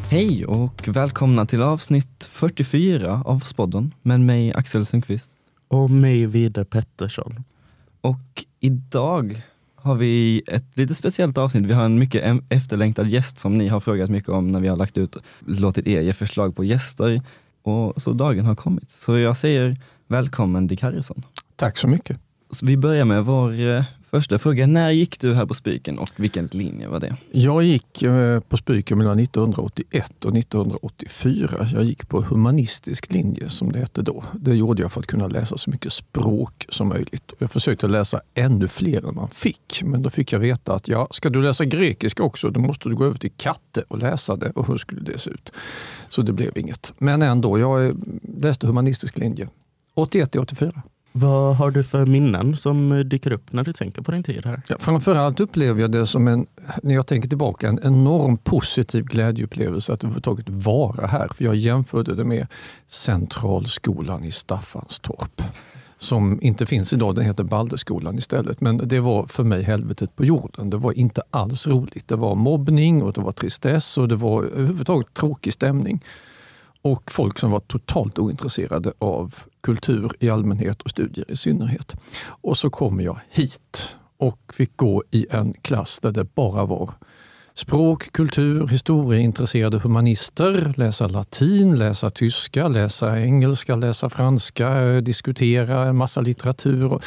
Hej och välkomna till avsnitt 44 av Spodden med mig Axel Sundqvist. Och mig Vidar Pettersson. Och idag har vi ett lite speciellt avsnitt. Vi har en mycket efterlängtad gäst som ni har frågat mycket om när vi har låtit er ge förslag på gäster. Och så dagen har kommit. Så jag säger välkommen Dick Harrison. Tack så mycket. Så vi börjar med vår första fråga. När gick du här på Spyken och vilken linje var det? Jag gick på Spyken mellan 1981 och 1984. Jag gick på humanistisk linje som det hette då. Det gjorde jag för att kunna läsa så mycket språk som möjligt. Jag försökte läsa ännu fler än man fick. Men då fick jag veta att ska du läsa grekiska också, då måste du gå över till Katte och läsa det. Och hur skulle det se ut? Så det blev inget. Men ändå, jag läste humanistisk linje. 81 till 84. Vad har du för minnen som dyker upp när du tänker på din tid här? Ja, framförallt upplever jag det som när jag tänker tillbaka, en enorm positiv glädjeupplevelse att överhuvudtaget vara här. För jag jämförde det med Centralskolan i Staffanstorp. Som inte finns idag, den heter Balderskolan istället. Men det var för mig helvetet på jorden. Det var inte alls roligt. Det var mobbning och det var tristess och det var överhuvudtaget tråkig stämning. Och folk som var totalt ointresserade av kultur i allmänhet och studier i synnerhet. Och så kommer jag hit och fick gå i en klass där det bara var språk, kultur, historieintresserade humanister, läsa latin, läsa tyska, läsa engelska, läsa franska, diskutera en massa litteratur.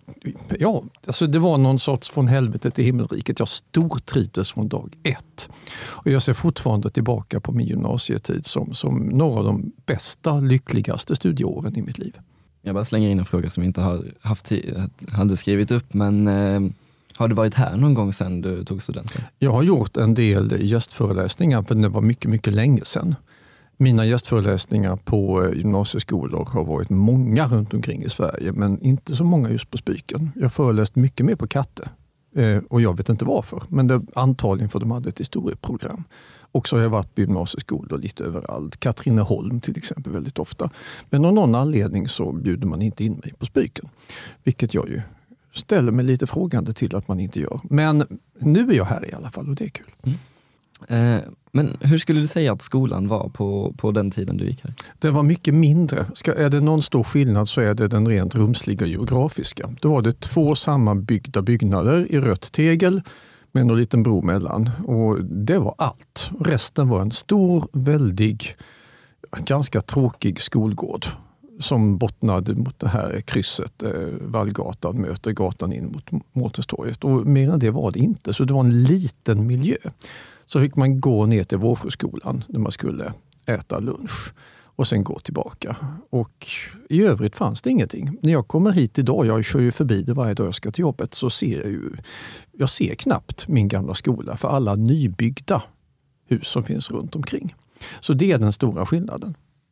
Ja, alltså det var någon sorts från helvetet till himmelriket. Jag stortrivdes från dag ett. Och jag ser fortfarande tillbaka på min gymnasietid som några av de bästa, lyckligaste studieåren i mitt liv. Jag bara slänger in en fråga som jag inte hade skrivit upp, men har du varit här någon gång sedan du tog studenten? Jag har gjort en del gästföreläsningar, för det var mycket, mycket länge sedan. Mina gästföreläsningar på gymnasieskolor har varit många runt omkring i Sverige, men inte så många just på Spyken. Jag föreläst mycket mer på Katte och jag vet inte varför, men det antagligen för att de hade ett historieprogram. Och så har jag varit på gymnasieskolor lite överallt. Katrineholm till exempel väldigt ofta. Men av någon anledning så bjuder man inte in mig på Spyken, vilket jag ju ställer mig lite frågande till att man inte gör. Men nu är jag här i alla fall och det är kul. Men hur skulle du säga att skolan var på den tiden du gick här? Det var mycket mindre. Är det någon stor skillnad så är det den rent rumsliga geografiska. Då var det 2 sammanbyggda byggnader i rött tegel med en liten bro mellan. Och det var allt. Resten var en stor, väldig, ganska tråkig skolgård som bottnade mot det här krysset, Vallgatan möter gatan in mot Mårtenstorget. Och mer än det var det inte, så det var en liten miljö. Så fick man gå ner till Vårfröskolan när man skulle äta lunch och sen gå tillbaka. Och i övrigt fanns det ingenting. När jag kommer hit idag, jag kör ju förbi det varje dag jag ska till jobbet, så ser jag ser knappt min gamla skola för alla nybyggda hus som finns runt omkring. Så det är den stora skillnaden.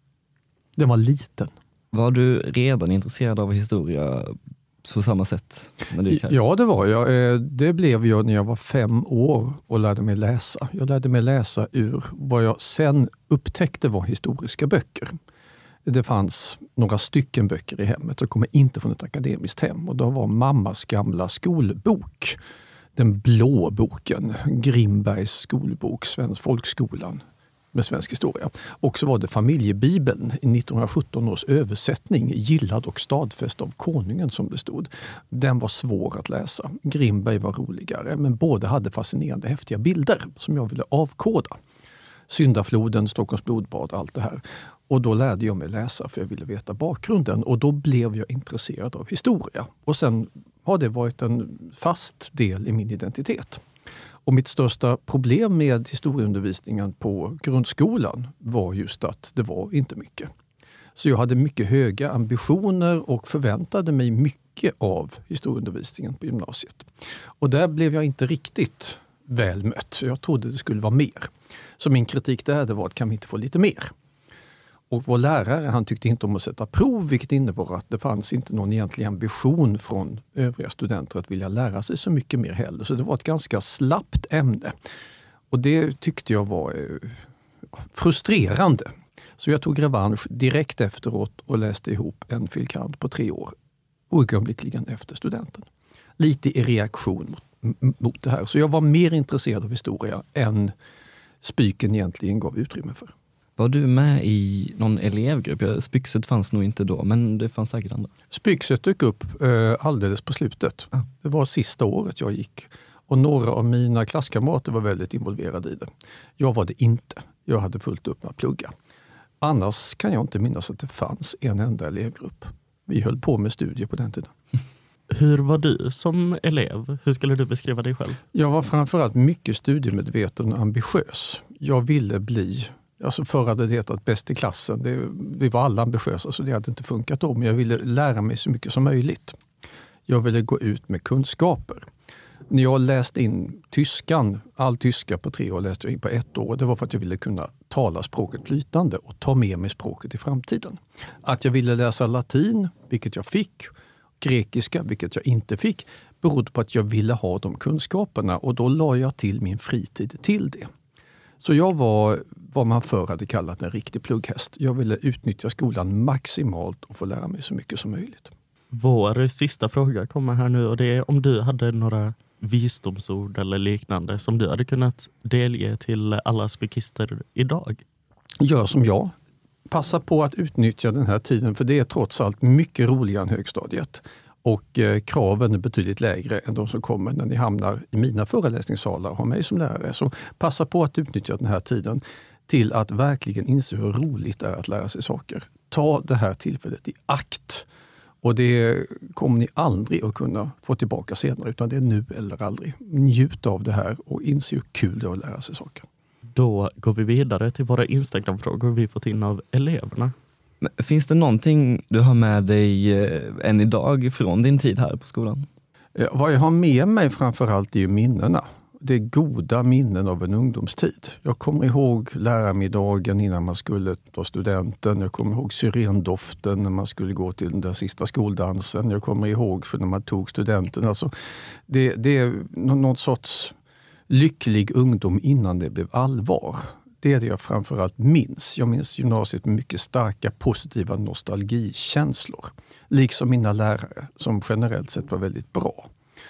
Den var liten. Var du redan intresserad av historia på samma sätt när du gick här? Ja, det var jag. Det blev jag när jag var 5 år och lärde mig läsa. Jag lärde mig läsa ur vad jag sen upptäckte var historiska böcker. Det fanns några stycken böcker i hemmet och kommer inte från ett akademiskt hem. Och då var mammas gamla skolbok, den blå boken, Grimbergs skolbok, Svensk folkskolan med svensk historia. Och så var det familjebibeln i 1917 års översättning, gillad och stadfäst av konungen som det stod. Den var svår att läsa. Grimberg var roligare, men båda hade fascinerande häftiga bilder som jag ville avkoda. Syndafloden, Stockholms blodbad, allt det här. Och då lärde jag mig läsa för jag ville veta bakgrunden och då blev jag intresserad av historia. Och sen har det varit en fast del i min identitet. Och mitt största problem med historieundervisningen på grundskolan var just att det var inte mycket. Så jag hade mycket höga ambitioner och förväntade mig mycket av historieundervisningen på gymnasiet. Och där blev jag inte riktigt väl mött. Jag trodde det skulle vara mer. Så min kritik där var att kan vi inte få lite mer? Och vår lärare, han tyckte inte om att sätta prov, vilket innebar att det fanns inte någon egentlig ambition från övriga studenter att vilja lära sig så mycket mer heller. Så det var ett ganska slappt ämne. Och det tyckte jag var frustrerande. Så jag tog revansch direkt efteråt och läste ihop en fil.kand. på 3 år. Oögonblickligen efter studenten. Lite i reaktion mot det här. Så jag var mer intresserad av historia än Spyken egentligen gav utrymme för. Var du med i någon elevgrupp? Spyxet fanns nog inte då, men det fanns säkert andra. Spyxet dök upp alldeles på slutet. Det var sista året jag gick. Och några av mina klasskamrater var väldigt involverade i det. Jag var det inte. Jag hade fullt upp med att plugga. Annars kan jag inte minnas att det fanns en enda elevgrupp. Vi höll på med studier på den tiden. Hur var du som elev? Hur skulle du beskriva dig själv? Jag var framförallt mycket studiemedveten och ambitiös. Jag ville bli, förr hade det hetat bäst i klassen. Vi var alla ambitiösa så det hade inte funkat då. Men jag ville lära mig så mycket som möjligt. Jag ville gå ut med kunskaper. När jag läste in tyskan, all tyska på 3 år läste jag in på 1 år. Det var för att jag ville kunna tala språket flytande och ta med mig språket i framtiden. Att jag ville läsa latin, vilket jag fick, grekiska, vilket jag inte fick, berodde på att jag ville ha de kunskaperna och då la jag till min fritid till det. Så jag var vad man förr hade kallat en riktig plugghäst. Jag ville utnyttja skolan maximalt och få lära mig så mycket som möjligt. Vår sista fråga kommer här nu och det är om du hade några visdomsord eller liknande som du hade kunnat delge till alla spykister idag? Gör som jag. Passa på att utnyttja den här tiden för det är trots allt mycket roligare än högstadiet. Och kraven är betydligt lägre än de som kommer när ni hamnar i mina föreläsningssalar och har mig som lärare. Så passa på att utnyttja den här tiden till att verkligen inse hur roligt det är att lära sig saker. Ta det här tillfället i akt. Och det kommer ni aldrig att kunna få tillbaka senare utan det är nu eller aldrig. Njut av det här och inse hur kul det är att lära sig saker. Då går vi vidare till våra Instagram-frågor vi fått in av eleverna. Men finns det någonting du har med dig än idag från din tid här på skolan? Vad jag har med mig framförallt är ju minnena. Det är goda minnen av en ungdomstid. Jag kommer ihåg lärarmiddagen innan man skulle ta studenten. Jag kommer ihåg syrendoften när man skulle gå till den där sista skoldansen. Jag kommer ihåg för när man tog studenten. Alltså, det är någon sorts lycklig ungdom innan det blev allvar. Det är det jag framförallt minns. Jag minns gymnasiet med mycket starka positiva nostalgikänslor. Liksom mina lärare som generellt sett var väldigt bra.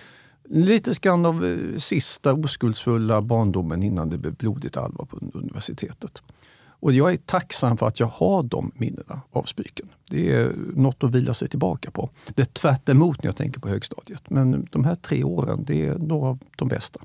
Lite skan av sista oskuldsfulla barndomen innan det blev blodigt allvar på universitetet. Och jag är tacksam för att jag har de minnena av Spyken. Det är något att vila sig tillbaka på. Det är tvärt emot när jag tänker på högstadiet. Men de här 3 åren, det är några av de bästa.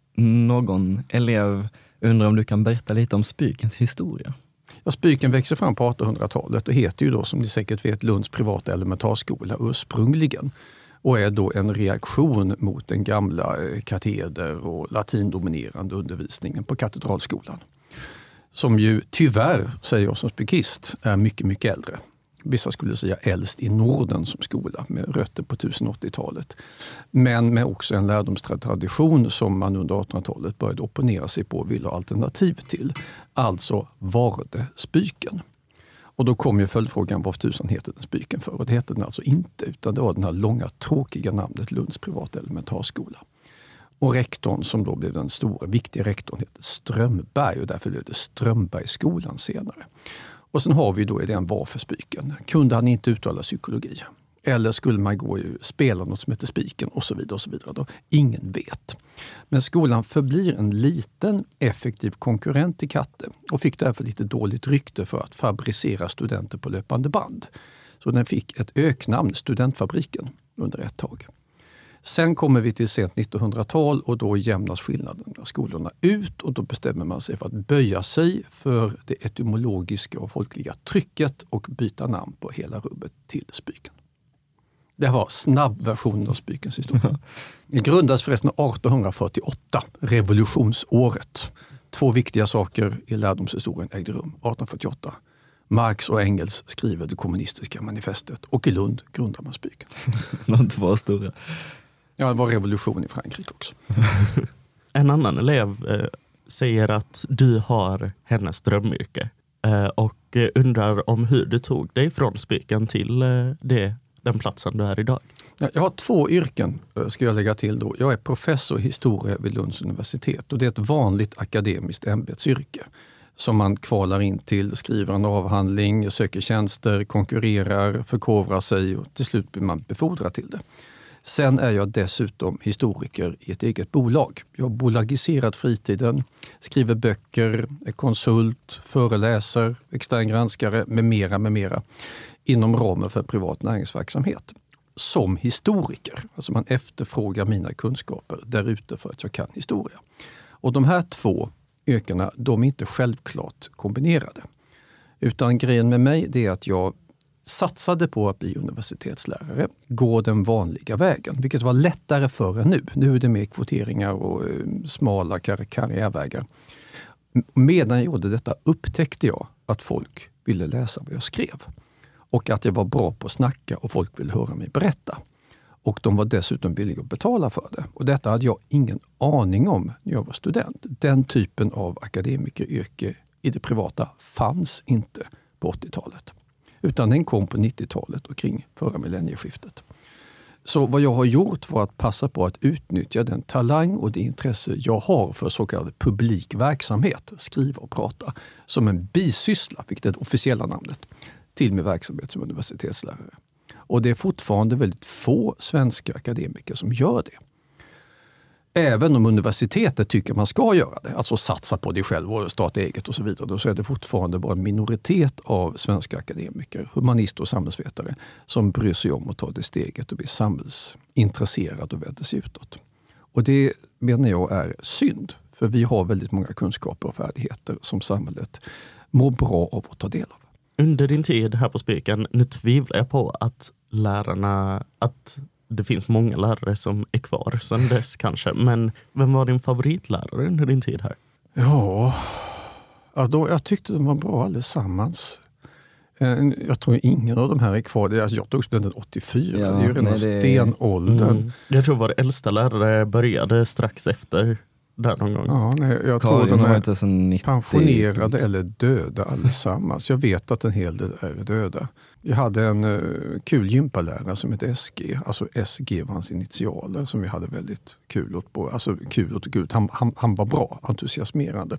Någon elev undrar om du kan berätta lite om Spykens historia? Ja, Spyken växer fram på 1800-talet och heter ju då som ni säkert vet Lunds privata elementarskola ursprungligen. Och är då en reaktion mot den gamla kateder- och latindominerande undervisningen på katedralskolan. Som ju tyvärr, säger jag som spykist, är mycket, mycket äldre. Vissa skulle säga äldst i Norden som skola med rötter på 1080-talet. Men med också en lärdomstradition som man under 1800-talet började opponera sig på och ville ha alternativ till. Alltså var det Spyken? Och då kom ju följdfrågan, vad tusan heter den Spyken för? Och det hette den alltså inte, utan det var den här långa tråkiga namnet Lunds privata elementarskola. Och rektorn som då blev den stora, viktiga rektorn hette Strömberg och därför blev det Strömbergsskolan senare. Och sen har vi då idén varför Spyken. Kunde han inte uttala psykologi? Eller skulle man gå och spela något som heter Spiken och så vidare och så vidare. Då? Ingen vet. Men skolan förblir en liten effektiv konkurrent till Katte och fick därför lite dåligt rykte för att fabricera studenter på löpande band. Så den fick ett öknamn, Studentfabriken, under ett tag. Sen kommer vi till sent 1900-tal och då jämnas skillnaden mellan skolorna ut och då bestämmer man sig för att böja sig för det etymologiska och folkliga trycket och byta namn på hela rubbet till Spyken. Det var snabbversionen av Spykens historia. Det grundades förresten 1848, revolutionsåret. 2 viktiga saker i lärdomshistorien ägde rum 1848. Marx och Engels skriver det kommunistiska manifestet och i Lund grundar man Spyken. De 2 stora. Ja, det var revolution i Frankrike också. En annan elev säger att du har hennes drömyrke och undrar om hur du tog dig från Spyken till den platsen du är idag. Jag har 2 yrken, ska jag lägga till då. Jag är professor i historia vid Lunds universitet och det är ett vanligt akademiskt ämbetsyrke som man kvalar in till, skriver en avhandling, söker tjänster, konkurrerar, förkovrar sig och till slut blir man befordrad till det. Sen är jag dessutom historiker i ett eget bolag. Jag har bolagiserat fritiden, skriver böcker, är konsult, föreläser, extern granskare med mera inom ramen för privat näringsverksamhet. Som historiker, alltså man efterfrågar mina kunskaper där ute för att jag kan historia. Och de här två yrkena, de är inte självklart kombinerade. Utan grejen med mig det är att jag satsade på att bli universitetslärare, gå den vanliga vägen, vilket var lättare förr än nu. Nu är det mer kvoteringar och smala karriärvägar. Medan jag gjorde detta upptäckte jag att folk ville läsa vad jag skrev. Och att jag var bra på att snacka och folk ville höra mig berätta. Och de var dessutom villiga att betala för det. Och detta hade jag ingen aning om när jag var student. Den typen av akademikeryrke i det privata fanns inte på 80-talet. Utan den kom på 90-talet och kring förra millennieskiftet. Så vad jag har gjort var att passa på att utnyttja den talang och det intresse jag har för så kallad publik verksamhet, skriva och prata, som en bisyssla, vilket är det officiella namnet, till min verksamhet som universitetslärare. Och det är fortfarande väldigt få svenska akademiker som gör det. Även om universitetet tycker man ska göra det, alltså satsa på det själv och starta eget och så vidare, då så är det fortfarande bara en minoritet av svenska akademiker, humanister och samhällsvetare som bryr sig om att ta det steget och bli samhällsintresserad och vända sig utåt. Och det menar jag är synd, för vi har väldigt många kunskaper och färdigheter som samhället mår bra av att ta del av. Under din tid här på Spiken, nu tvivlar jag på att det finns många lärare som är kvar sedan dess kanske. Men vem var din favoritlärare under din tid här? Ja, jag tyckte de var bra allesammans. Jag tror ingen av de här är kvar. Jag tog studenten 84, det är ju redan stenåldern. Jag tror vår äldsta lärare började strax efter där någon gång. Ja, jag tror de är pensionerade eller döda allesammans. Jag vet att en hel del är döda. Jag hade en kul gympalärare som hette SG. Alltså SG var hans initialer som vi hade väldigt kul åt. Alltså kul åt gud. Han var bra, entusiasmerande.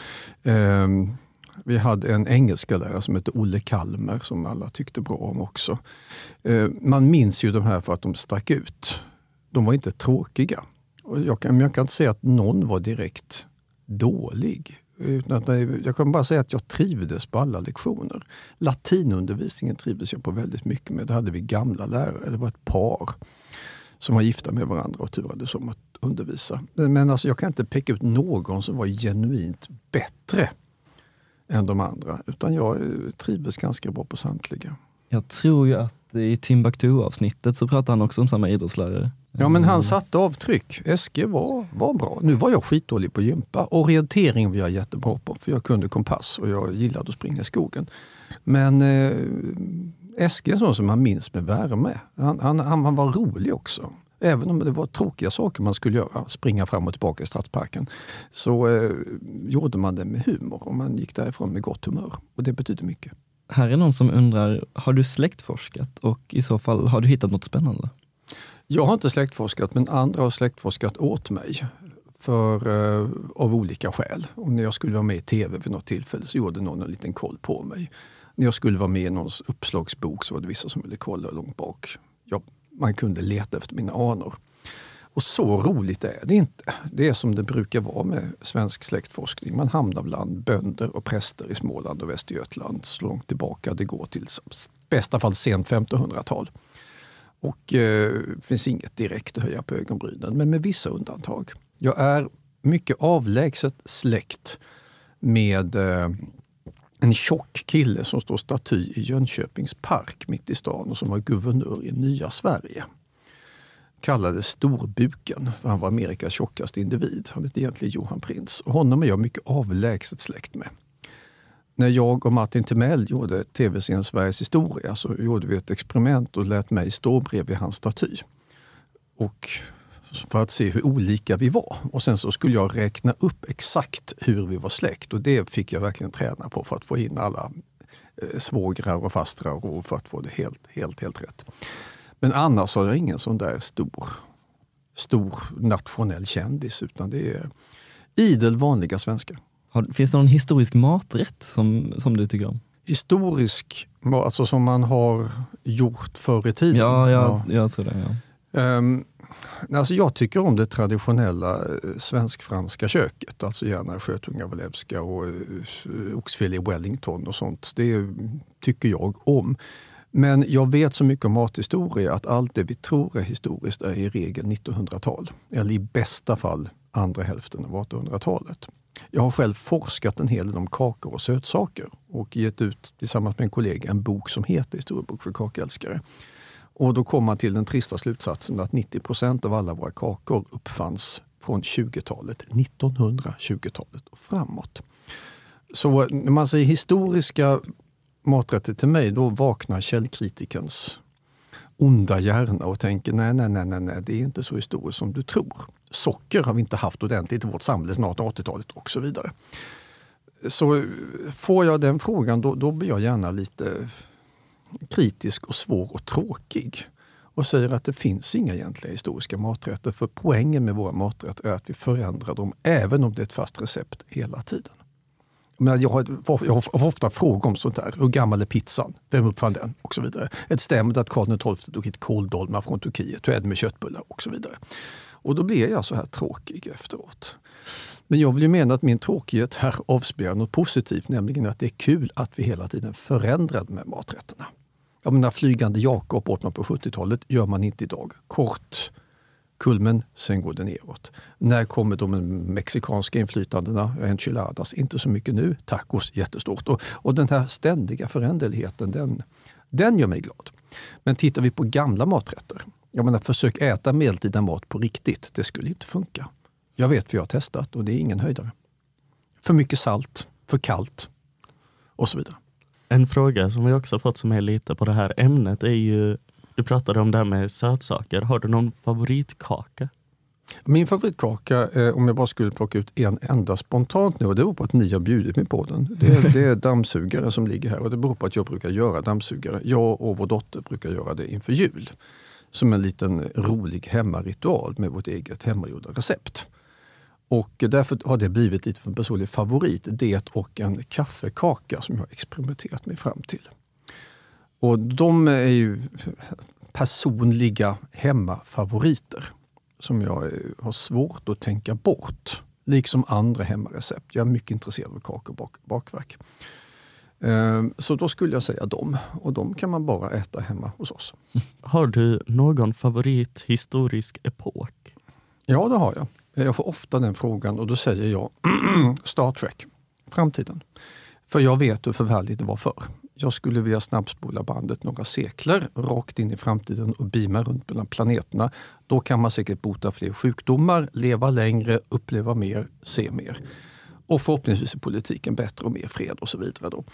Vi hade en engelska lärare som hette Olle Kalmer som alla tyckte bra om också. Man minns ju de här för att de stack ut. De var inte tråkiga. Och jag kan inte säga att någon var direkt dålig. Jag kan bara säga att jag trivdes på alla lektioner. Latinundervisningen trivdes jag på väldigt mycket med. Där hade vi gamla lärare. Det var ett par som var gifta med varandra och turades om att undervisa. Men alltså, jag kan inte peka ut någon som var genuint bättre än de andra. Utan jag trivdes ganska bra på samtliga. Jag tror ju att i Timbuktu-avsnittet så pratar han också om samma idrottslärare. Ja, men han satte avtryck. SG var bra. Nu var jag skitdålig på gympa. Orientering var jag jättebra på, för jag kunde kompass och jag gillade att springa i skogen. Men SG är sån som man minns med värme. Han var rolig också. Även om det var tråkiga saker man skulle göra, springa fram och tillbaka i stadsparken, så gjorde man det med humor och man gick därifrån med gott humör. Och det betyder mycket. Här är någon som undrar, har du släktforskat och i så fall har du hittat något spännande? Jag har inte släktforskat, men andra har släktforskat åt mig av olika skäl. Och när jag skulle vara med i tv vid något tillfälle så gjorde någon en liten koll på mig. När jag skulle vara med i någons uppslagsbok så var det vissa som ville kolla långt bak. Man kunde leta efter mina anor. Och så roligt är det inte. Det är som det brukar vara med svensk släktforskning. Man hamnar bland bönder och präster i Småland och Västergötland så långt tillbaka det går till bästa fall sent 1500-tal. Och det finns inget direkt att höja på ögonbrynen, men med vissa undantag. Jag är mycket avlägset släkt med en tjock kille som står staty i Jönköpings park mitt i stan och som var guvernör i Nya Sverige. Kallades Storbuken, för han var Amerikas tjockaste individ. Han hette egentligen Johan Prins. Och honom är jag mycket avlägset släkt med. När jag och Martin Timell gjorde tv-serien Sveriges historia så gjorde vi ett experiment och lät mig stå bredvid hans staty. Och för att se hur olika vi var. Och sen så skulle jag räkna upp exakt hur vi var släkt. Och det fick jag verkligen träna på för att få in alla svågrar och fastrar och för att få det helt rätt. Men annars har jag ingen sån där stor nationell kändis, utan det är idel vanliga svenskar. Finns det någon historisk maträtt som du tycker om? Historisk, alltså som man har gjort förr i tiden? Ja, jag tror det. Ja. Alltså jag tycker om det traditionella svensk-franska köket. Alltså gärna sjötunga walewska och oxfilé Wellington och sånt. Det tycker jag om. Men jag vet så mycket om mathistoria att allt det vi tror är historiskt är i regel 1900-tal. Eller i bästa fall andra hälften av 1800-talet. Jag har själv forskat en hel del om kakor och sötsaker och gett ut tillsammans med en kollega en bok som heter Historiebok för kakälskare. Och då kommer man till den trista slutsatsen att 90% av alla våra kakor uppfanns från 20-talet, 1920-talet och framåt. Så när man säger historiska maträtter till mig, då vaknar källkritikerns onda hjärna och tänker nej, det är inte så historiskt som du tror. Socker har vi inte haft ordentligt i vårt samhälle snart 80-talet och så vidare. Så får jag den frågan då blir jag gärna lite kritisk och svår och tråkig och säger att det finns inga egentliga historiska maträtter, för poängen med våra maträtter är att vi förändrar dem även om det är ett fast recept hela tiden. Men jag har ofta frågor om sånt där. Hur gammal är pizzan? Vem uppfann den? Och så vidare. Ett stämmer att Karl XII tog hit kåldolmar från Turkiet och ädde med köttbullar och så vidare. Och då blir jag så här tråkig efteråt. Men jag vill ju mena att min tråkighet här avspeglar något positivt, nämligen att det är kul att vi hela tiden förändrar med maträtterna. Jag menar, flygande Jakob åt man på 70-talet, gör man inte idag. Kort kulmen, sen går det neråt. När kommer de mexikanska inflytandena? Enchiladas, inte så mycket nu. Tacos, jättestort. Och den här ständiga föränderligheten, den gör mig glad. Men tittar vi på gamla maträtter, jag menar, försök äta medeltida mat på riktigt. Det skulle inte funka. Jag vet, vi har testat och det är ingen höjdare. För mycket salt, för kallt och så vidare. En fråga som vi också fått som är lite på det här ämnet är ju, du pratade om det här med sötsaker. Har du någon favoritkaka? Min favoritkaka, om jag bara skulle plocka ut en enda spontant nu, och det beror på att ni har bjudit mig på den. Det är dammsugare som ligger här och det beror på att jag brukar göra dammsugare. Jag och vår dotter brukar göra det inför jul. Som en liten rolig hemmaritual med vårt eget hemmagjorda recept. Och därför har det blivit lite för en personlig favorit. Det och en kaffekaka som jag har experimenterat mig fram till. Och de är ju personliga hemmafavoriter som jag har svårt att tänka bort. Liksom andra hemmarecept. Jag är mycket intresserad av kakor och bakverk. Så då skulle jag säga dem. Och de kan man bara äta hemma hos oss. Har du någon favorit historisk epok? Ja, det har jag. Jag får ofta den frågan och då säger jag Star Trek, framtiden. För jag vet hur förvärligt det var förr. Jag skulle vilja snabbspola bandet några sekler rakt in i framtiden och beama runt mellan planeterna. Då kan man säkert bota fler sjukdomar, leva längre, uppleva mer, se mer. Och förhoppningsvis är politiken bättre och mer fred och så vidare då.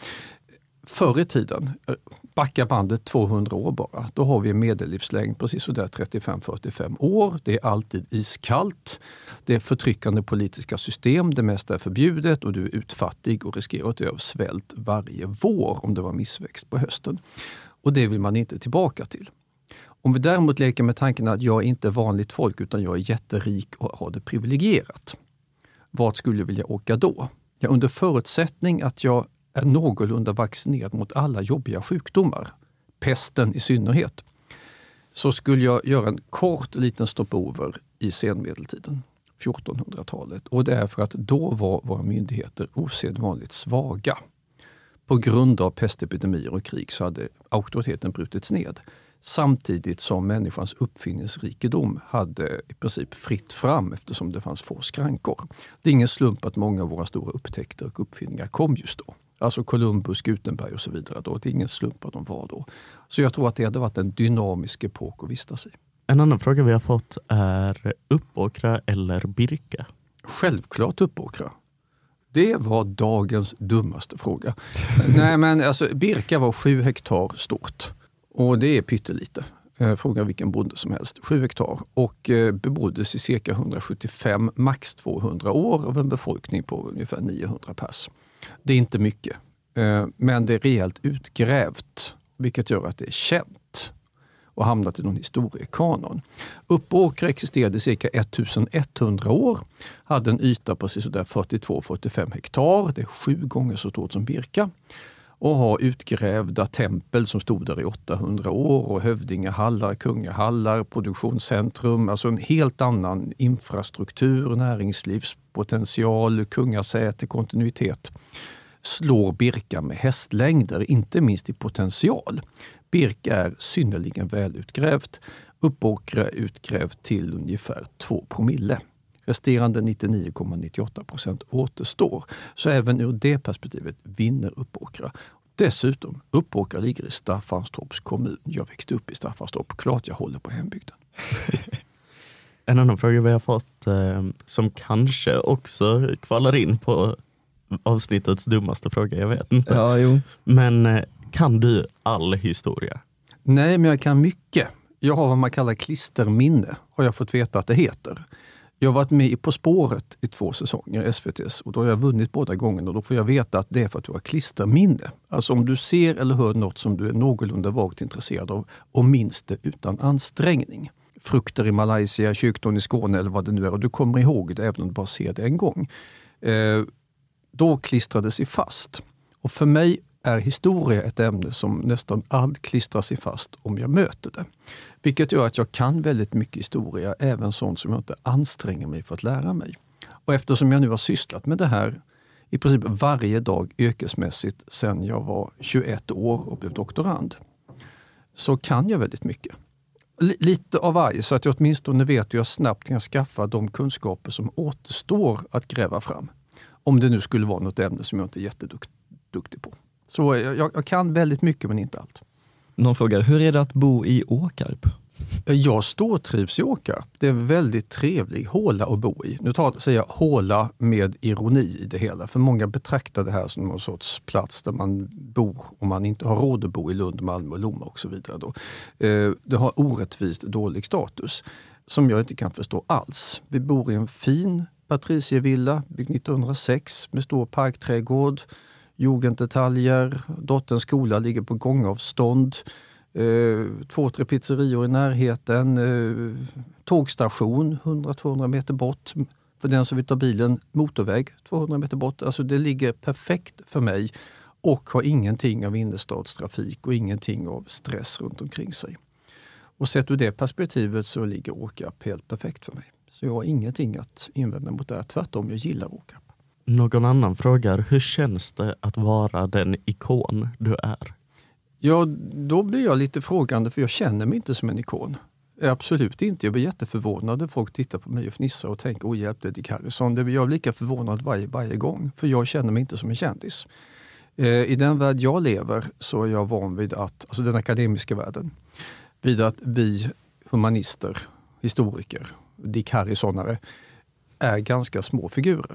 Förr i tiden, backa bandet 200 år bara, då har vi en medellivslängd precis sådär 35-45 år. Det är alltid iskallt, det är förtryckande politiska system, det mesta är förbjudet och du är utfattig och riskerar att dö av svält varje vår om det var missväxt på hösten. Och det vill man inte tillbaka till. Om vi däremot leker med tanken att jag är inte vanligt folk utan jag är jätterik och har det privilegierat. Vart skulle jag vilja åka då? Ja, under förutsättning att jag är någorlunda vaccinerad mot alla jobbiga sjukdomar, pesten i synnerhet, så skulle jag göra en kort liten stopover i senmedeltiden, 1400-talet. Och det är för att då var våra myndigheter osedvanligt svaga. På grund av pestepidemier och krig så hade auktoriteten brutits ned. Samtidigt som människans uppfinningsrikedom hade i princip fritt fram eftersom det fanns få skrankor. Det är ingen slump att många av våra stora upptäckter och uppfinningar kom just då. Alltså Columbus, Gutenberg och så vidare. Då. Det är ingen slump att de var då. Så jag tror att det hade varit en dynamisk epok att vistas i. En annan fråga vi har fått är Uppåkra eller Birka? Självklart Uppåkra. Det var dagens dummaste fråga. Nej, men alltså, Birka var 7 hektar stort. Och det är pyttelite. Fråga vilken bonde som helst. 7 hektar. Och beboddes i cirka 175, max 200 år av en befolkning på ungefär 900 pers. Det är inte mycket. Men det är rejält utgrävt. Vilket gör att det är känt. Och hamnat i någon historiekanon. Uppåkra existerade cirka 1100 år. Hade en yta på sådär 42-45 hektar. Det är 7 gånger så stort som Birka. och ha utgrävda tempel som stod där i 800 år och hövdingehallar, kungahallar, produktionscentrum. Alltså en helt annan infrastruktur, näringslivspotential, kungasäte, kontinuitet. Slår Birka med hästlängder, inte minst i potential. Birka är synnerligen välutgrävt. Uppåkra utgrävt till ungefär 2 promille. Resterande 99,98% återstår. Så även ur det perspektivet vinner Uppåkra. Dessutom, Uppåkra ligger i Staffanstorps kommun. Jag växte upp i Staffanstorp. Klart jag håller på hembygden. En annan fråga vi har fått som kanske också kvalar in på avsnittets dummaste fråga, jag vet inte. Ja, jo. Men kan du all historia? Nej, men jag kan mycket. Jag har vad man kallar klisterminne, har jag fått veta att det heter. Jag har varit med i På spåret i 2 säsonger, SVT:s, och då har jag vunnit båda gångerna och då får jag veta att det är för att du har klisterminne. Alltså om du ser eller hör något som du är någorlunda vagt intresserad av och minns det utan ansträngning. Frukter i Malaysia, kyrktorn i Skåne eller vad det nu är och du kommer ihåg det även om du bara ser det en gång. Då klistrades det fast. Och för mig är historia ett ämne som nästan allt klistrar sig fast om jag möter det. Vilket gör att jag kan väldigt mycket historia, även sånt som jag inte anstränger mig för att lära mig. Och eftersom jag nu har sysslat med det här i princip varje dag yrkesmässigt sedan jag var 21 år och blev doktorand, så kan jag väldigt mycket. Lite av varje, så att jag åtminstone vet hur jag snabbt kan skaffa de kunskaper som återstår att gräva fram. Om det nu skulle vara något ämne som jag inte är jätteduktig på. Så jag kan väldigt mycket men inte allt. Någon frågar, hur är det att bo i Åkarp? Jag stortrivs i Åkarp. Det är en väldigt trevlig håla att bo i. Nu säger jag håla med ironi i det hela. För många betraktar det här som någon sorts plats där man bor om man inte har råd att bo i Lund, Malmö och Lomma och så vidare. Då. Det har orättvist dålig status som jag inte kan förstå alls. Vi bor i en fin patricievilla byggd 1906 med stor parkträdgård, jugenddetaljer, dotterns skola ligger på gångavstånd, 2-3 pizzerior i närheten, tågstation 100-200 meter bort, för den som vill ta bilen, motorväg 200 meter bort. Alltså det ligger perfekt för mig och har ingenting av innerstadstrafik och ingenting av stress runt omkring sig. Och sett ur det perspektivet så ligger Åkarp helt perfekt för mig. Så jag har ingenting att invända mot det. Tvärtom, jag gillar Åkarp. Någon annan frågar, hur känns det att vara den ikon du är? Ja, då blir jag lite frågande för jag känner mig inte som en ikon. Absolut inte. Jag blir jätteförvånad när folk tittar på mig och fnissar och tänker, oj hjälp, det är Dick Harrison. Jag blir lika förvånad varje gång, för jag känner mig inte som en kändis. I den värld jag lever så är jag van vid att, alltså den akademiska världen, vid att vi humanister, historiker, Dick Harrisonare är ganska små figurer.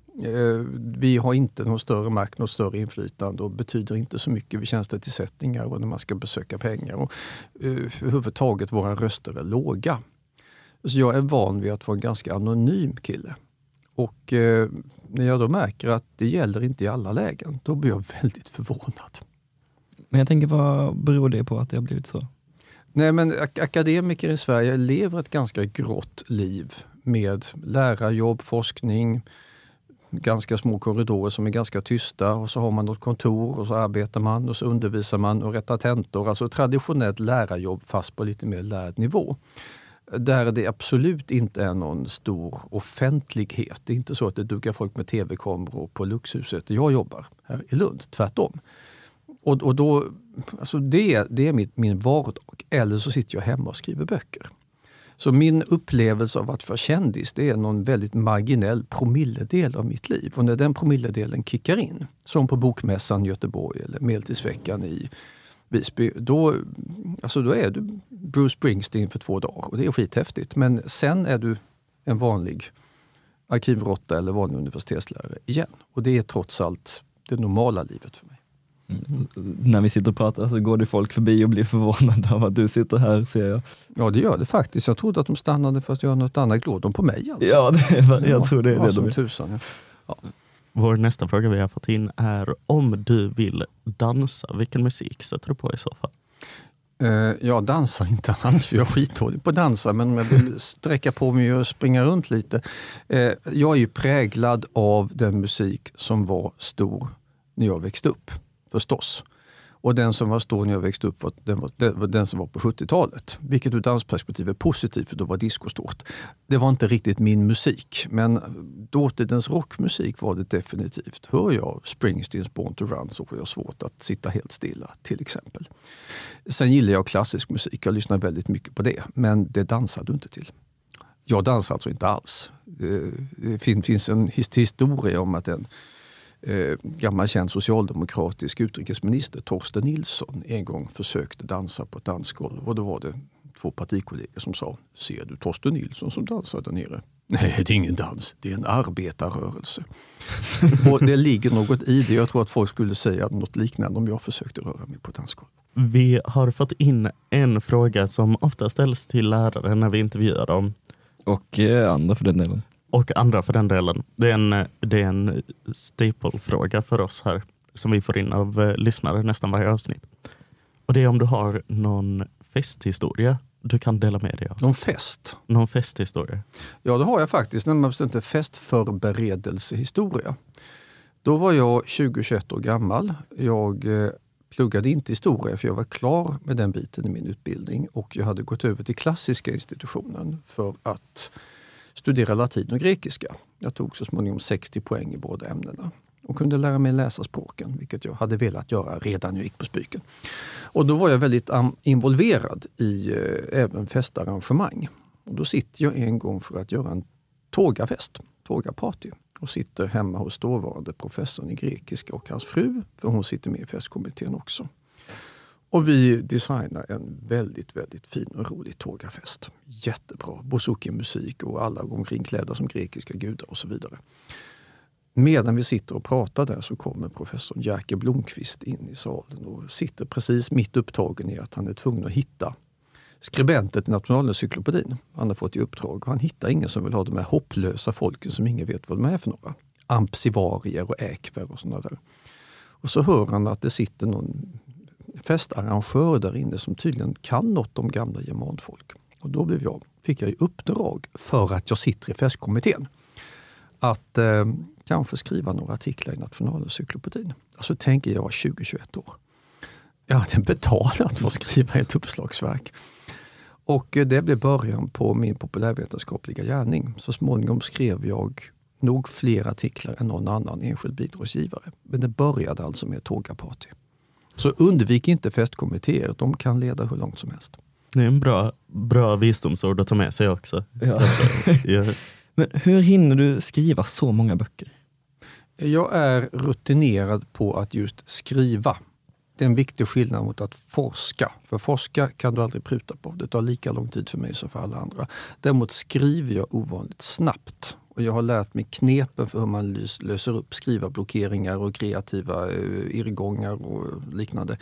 Vi har inte någon större makt, något större inflytande och betyder inte så mycket vid tjänstetillsättningar och när man ska besöka pengar. Och överhuvudtaget våra röster är låga. Så jag är van vid att vara en ganska anonym kille. Och när jag då märker att det gäller inte i alla lägen, då blir jag väldigt förvånad. Men jag tänker, vad beror det på att det har blivit så? Nej, men akademiker i Sverige lever ett ganska grått liv med lärarjobb, forskning, ganska små korridorer som är ganska tysta och så har man något kontor och så arbetar man och så undervisar man och rättar tentor. Alltså traditionellt lärarjobb fast på lite mer lärd nivå. Där det absolut inte är någon stor offentlighet. Det är inte så att det dukar folk med tv-kameror på Luxhuset där jag jobbar här i Lund, tvärtom. Och då, alltså det är min vardag. Eller så sitter jag hemma och skriver böcker. Så min upplevelse av att vara kändis, det är någon väldigt marginell promilledel av mitt liv. Och när den promilledelen kickar in, som på Bokmässan i Göteborg eller Medeltidsveckan i Visby, då är du Bruce Springsteen för 2 dagar och det är skithäftigt. Men sen är du en vanlig arkivrotta eller vanlig universitetslärare igen. Och det är trots allt det normala livet för mig. När vi sitter och pratar så går det folk förbi och blir förvånade av att du sitter här, ser jag. Ja, det gör det faktiskt. Jag trodde att de stannade för att göra något annat. Glor de på mig alltså? Ja, jag tror det är det. Som tusan, ja. Vår nästa fråga vi har fått in är, om du vill dansa, vilken musik sätter du på i så fall? Jag dansar inte alls för jag är skitdålig på att dansa, men jag vill sträcka på mig och springa runt lite. Jag är ju präglad av den musik som var stor när jag växte upp. förstås. Och den som var stor när jag växte upp var den som var på 70-talet. Vilket ur dansperspektiv är positivt, för då var disco stort. Det var inte riktigt min musik, men dåtidens rockmusik var det definitivt. Hör jag Springsteens Born to Run så får jag svårt att sitta helt stilla, till exempel. Sen gillar jag klassisk musik, jag lyssnar väldigt mycket på det, men det dansar du inte till. Jag dansar alltså inte alls. Det finns en historia om att en gammal känd socialdemokratisk utrikesminister Torsten Nilsson en gång försökte dansa på ett dansgolv, och då var det 2 partikollegor som sa: ser du Torsten Nilsson som dansar där nere? Nej, det är ingen dans, det är en arbetarrörelse. Och det ligger något i det. Jag tror att folk skulle säga något liknande om jag försökte röra mig på dansgolv. Vi har fått in en fråga som ofta ställs till lärare när vi intervjuar dem. Och andra för den delen. Och andra för den delen. Det är en staple-fråga för oss här som vi får in av lyssnare nästan varje avsnitt. Och det är om du har någon festhistoria du kan dela med dig av. Någon festhistoria? Ja, det har jag faktiskt. Nämligen en festförberedelsehistoria. Då var jag 20-21 år gammal. Jag pluggade inte historia för jag var klar med den biten i min utbildning. Och jag hade gått över till klassiska institutionen för att studera latin och grekiska. Jag tog så småningom 60 poäng i båda ämnena och kunde lära mig läsa språken, vilket jag hade velat göra redan när jag gick på Spyken. Och då var jag väldigt involverad i även festarrangemang. Och då sitter jag en gång för att göra en tågaparty och sitter hemma hos dåvarande professorn i grekiska och hans fru, för hon sitter med i festkommittén också. Och vi designar en väldigt, väldigt fin och rolig tågafest. Jättebra. Bouzouki-musik och alla går omkring klädda som grekiska gudar och så vidare. Medan vi sitter och pratar där så kommer professorn Jerker Blomqvist in i salen och sitter precis mitt upptagen i att han är tvungen att hitta skribentet i Nationalencyklopedin. Han har fått i uppdrag och han hittar ingen som vill ha de här hopplösa folken som ingen vet vad de är för några. Ampsivarier och äkver och sådana där. Och så hör han att det sitter någon festarrangör där inne som tydligen kan något om gamla germanfolk. Och då fick jag i uppdrag, för att jag sitter i festkommittén, att kanske skriva några artiklar i Nationalencyklopedin. Alltså tänker jag var 20-21 år. Jag hade betalat för att skriva ett uppslagsverk. Och det blev början på min populärvetenskapliga gärning. Så småningom skrev jag nog fler artiklar än någon annan enskild bidragsgivare. Men det började alltså med tågaparty. Så undvik inte festkommittéer, de kan leda hur långt som helst. Det är en bra visdomsord att ta med sig också. Ja. Men hur hinner du skriva så många böcker? Jag är rutinerad på att just skriva. Det är en viktig skillnad mot att forska. För forska kan du aldrig pruta på. Det tar lika lång tid för mig som för alla andra. Däremot skriver jag ovanligt snabbt. Och jag har lärt mig knepen för hur man löser upp skrivarblockeringar och kreativa irrgångar och liknande.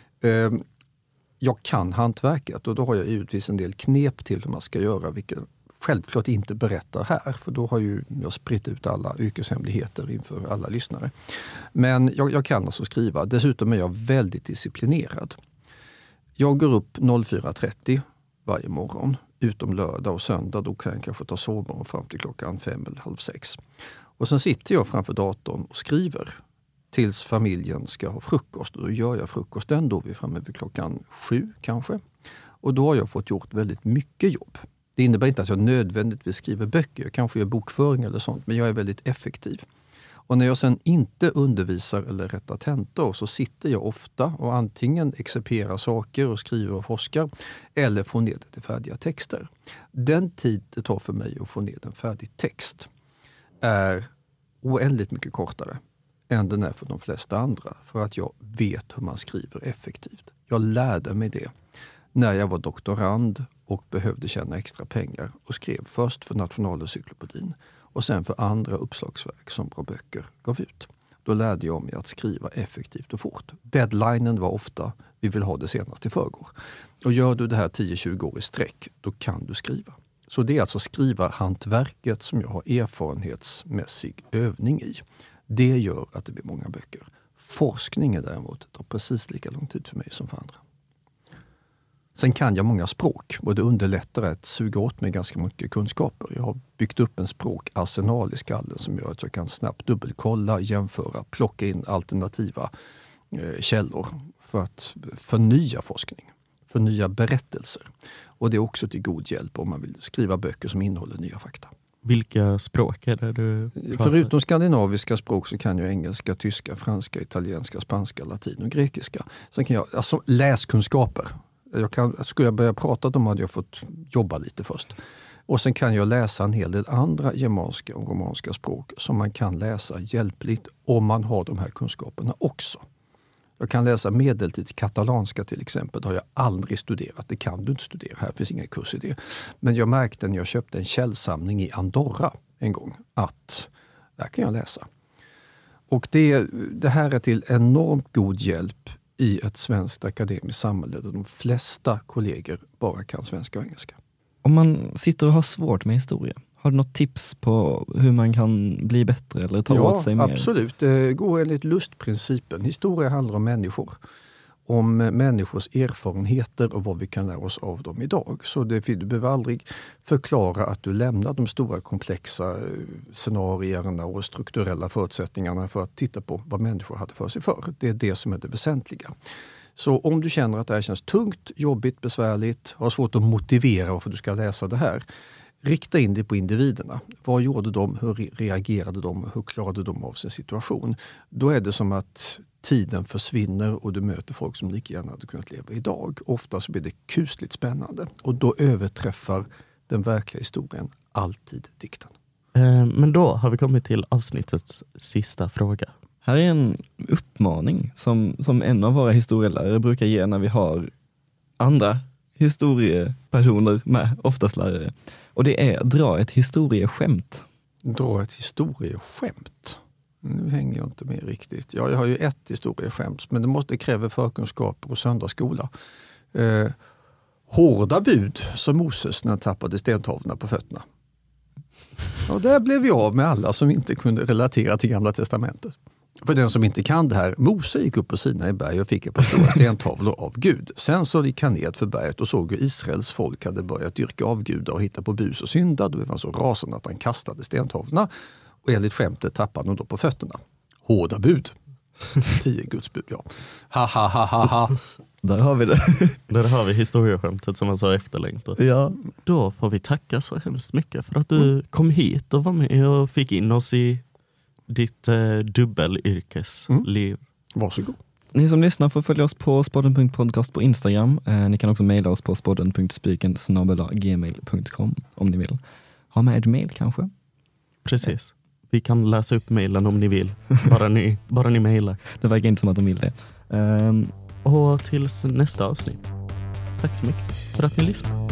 Jag kan hantverket och då har jag givetvis en del knep till hur man ska göra, vilket självklart inte berättar här, för då har jag spritt ut alla yrkeshemligheter inför alla lyssnare. Men jag kan alltså skriva. Dessutom är jag väldigt disciplinerad. Jag går upp 04.30 varje morgon, utom lördag och söndag. Då kan jag kanske ta sovmorgon fram till klockan 5 eller halv 6. Och sen sitter jag framför datorn och skriver tills familjen ska ha frukost. Och då gör jag frukosten, då är vi framme vid klockan 7 kanske. Och då har jag fått gjort väldigt mycket jobb. Det innebär inte att jag nödvändigtvis skriver böcker, jag kanske gör bokföring eller sånt, men jag är väldigt effektiv. Och när jag sen inte undervisar eller rättar tentor så sitter jag ofta och antingen excerperar saker och skriver och forskar eller får ner det till färdiga texter. Den tid det tar för mig att få ner en färdig text är oändligt mycket kortare än den är för de flesta andra, för att jag vet hur man skriver effektivt. Jag lärde mig det när jag var doktorand och behövde tjäna extra pengar och skrev först för Nationalencyklopedin och sen för andra uppslagsverk som Bra Böcker gav ut. Då lärde jag mig att skriva effektivt och fort. Deadlinen var ofta, vi vill ha det senast i förrgår. Och gör du det här 10-20 år i sträck, då kan du skriva. Så det är alltså skrivarhantverket som jag har erfarenhetsmässig övning i. Det gör att det blir många böcker. Forskningen däremot tar precis lika lång tid för mig som för andra. Sen kan jag många språk och det underlättar att suga åt mig ganska mycket kunskaper. Jag har byggt upp en språkarsenal i skallen som gör att jag kan snabbt dubbelkolla, jämföra, plocka in alternativa källor för att förnya forskning, förnya berättelser. Och det är också till god hjälp om man vill skriva böcker som innehåller nya fakta. Vilka språk är det du pratar? Förutom skandinaviska språk så kan jag engelska, tyska, franska, italienska, spanska, latin och grekiska. Sen kan jag, alltså läskunskaper. Skulle jag börja prata om hade jag fått jobba lite först. Och sen kan jag läsa en hel del andra germanska och romanska språk som man kan läsa hjälpligt om man har de här kunskaperna också. Jag kan läsa medeltidskatalanska till exempel. Det har jag aldrig studerat. Det kan du inte studera. Här finns ingen kurs i det. Men jag märkte när jag köpte en källsamling i Andorra en gång att där kan jag läsa. Och det här är till enormt god hjälp i ett svenskt akademiskt samhälle där de flesta kollegor bara kan svenska och engelska. Om man sitter och har svårt med historia, har du något tips på hur man kan bli bättre eller ta åt sig mer? Absolut. Det går enligt lustprincipen. Historia handlar om människor. Om människors erfarenheter och vad vi kan lära oss av dem idag. Så du behöver aldrig förklara att du lämnar de stora komplexa scenarierna och strukturella förutsättningarna för att titta på vad människor hade för sig förr. Det är det som är det väsentliga. Så om du känner att det här känns tungt, jobbigt, besvärligt, har svårt att motivera varför du ska läsa det här. Rikta in det på individerna. Vad gjorde de? Hur reagerade de? Hur klarade de av sin situation? Då är det som att tiden försvinner och du möter folk som lika gärna hade kunnat leva idag. Oftast blir det kusligt spännande och då överträffar den verkliga historien alltid dikten. Men då har vi kommit till avsnittets sista fråga. Här är en uppmaning som en av våra historielärare brukar ge när vi har andra historiepersoner med, oftast lärare. Och det är dra ett historieskämt. Dra ett historieskämt? Nu hänger jag inte med riktigt. Ja, jag har ju ett historieskämt, men det kräver förkunskaper och söndagsskola. Hårda bud som Moses när han tappade stentavlorna på fötterna. Och där blev jag av med alla som inte kunde relatera till Gamla testamentet. För den som inte kan det här, Mose gick upp på Sinai berg och fick ett par stora stentavlor av Gud. Sen så gick han ned för berget och såg hur Israels folk hade börjat dyrka avgudar och hitta på bus och synda. Då blev han så rasande att han kastade stentavlorna och enligt skämtet tappade han då på fötterna. Hårda bud. 10 Guds bud, ja. Ha ha ha ha ha. Där har vi det. Där har vi historieskämtet som man sa efterlängtat. Ja. Då får vi tacka så hemskt mycket för att du kom hit och var med och fick in oss i ditt dubbelyrkesliv. Varsågod. Ni som lyssnar får följa oss på spodden.podcast på Instagram. Ni kan också mejla oss på spodden.spiken@gmail.com om ni vill. Ha med ett mejl kanske? Precis. Vi kan läsa upp mejlen om ni vill. Bara ni mejlar. Det verkar inte som att de vill det. Och tills nästa avsnitt. Tack så mycket för att ni lyssnar.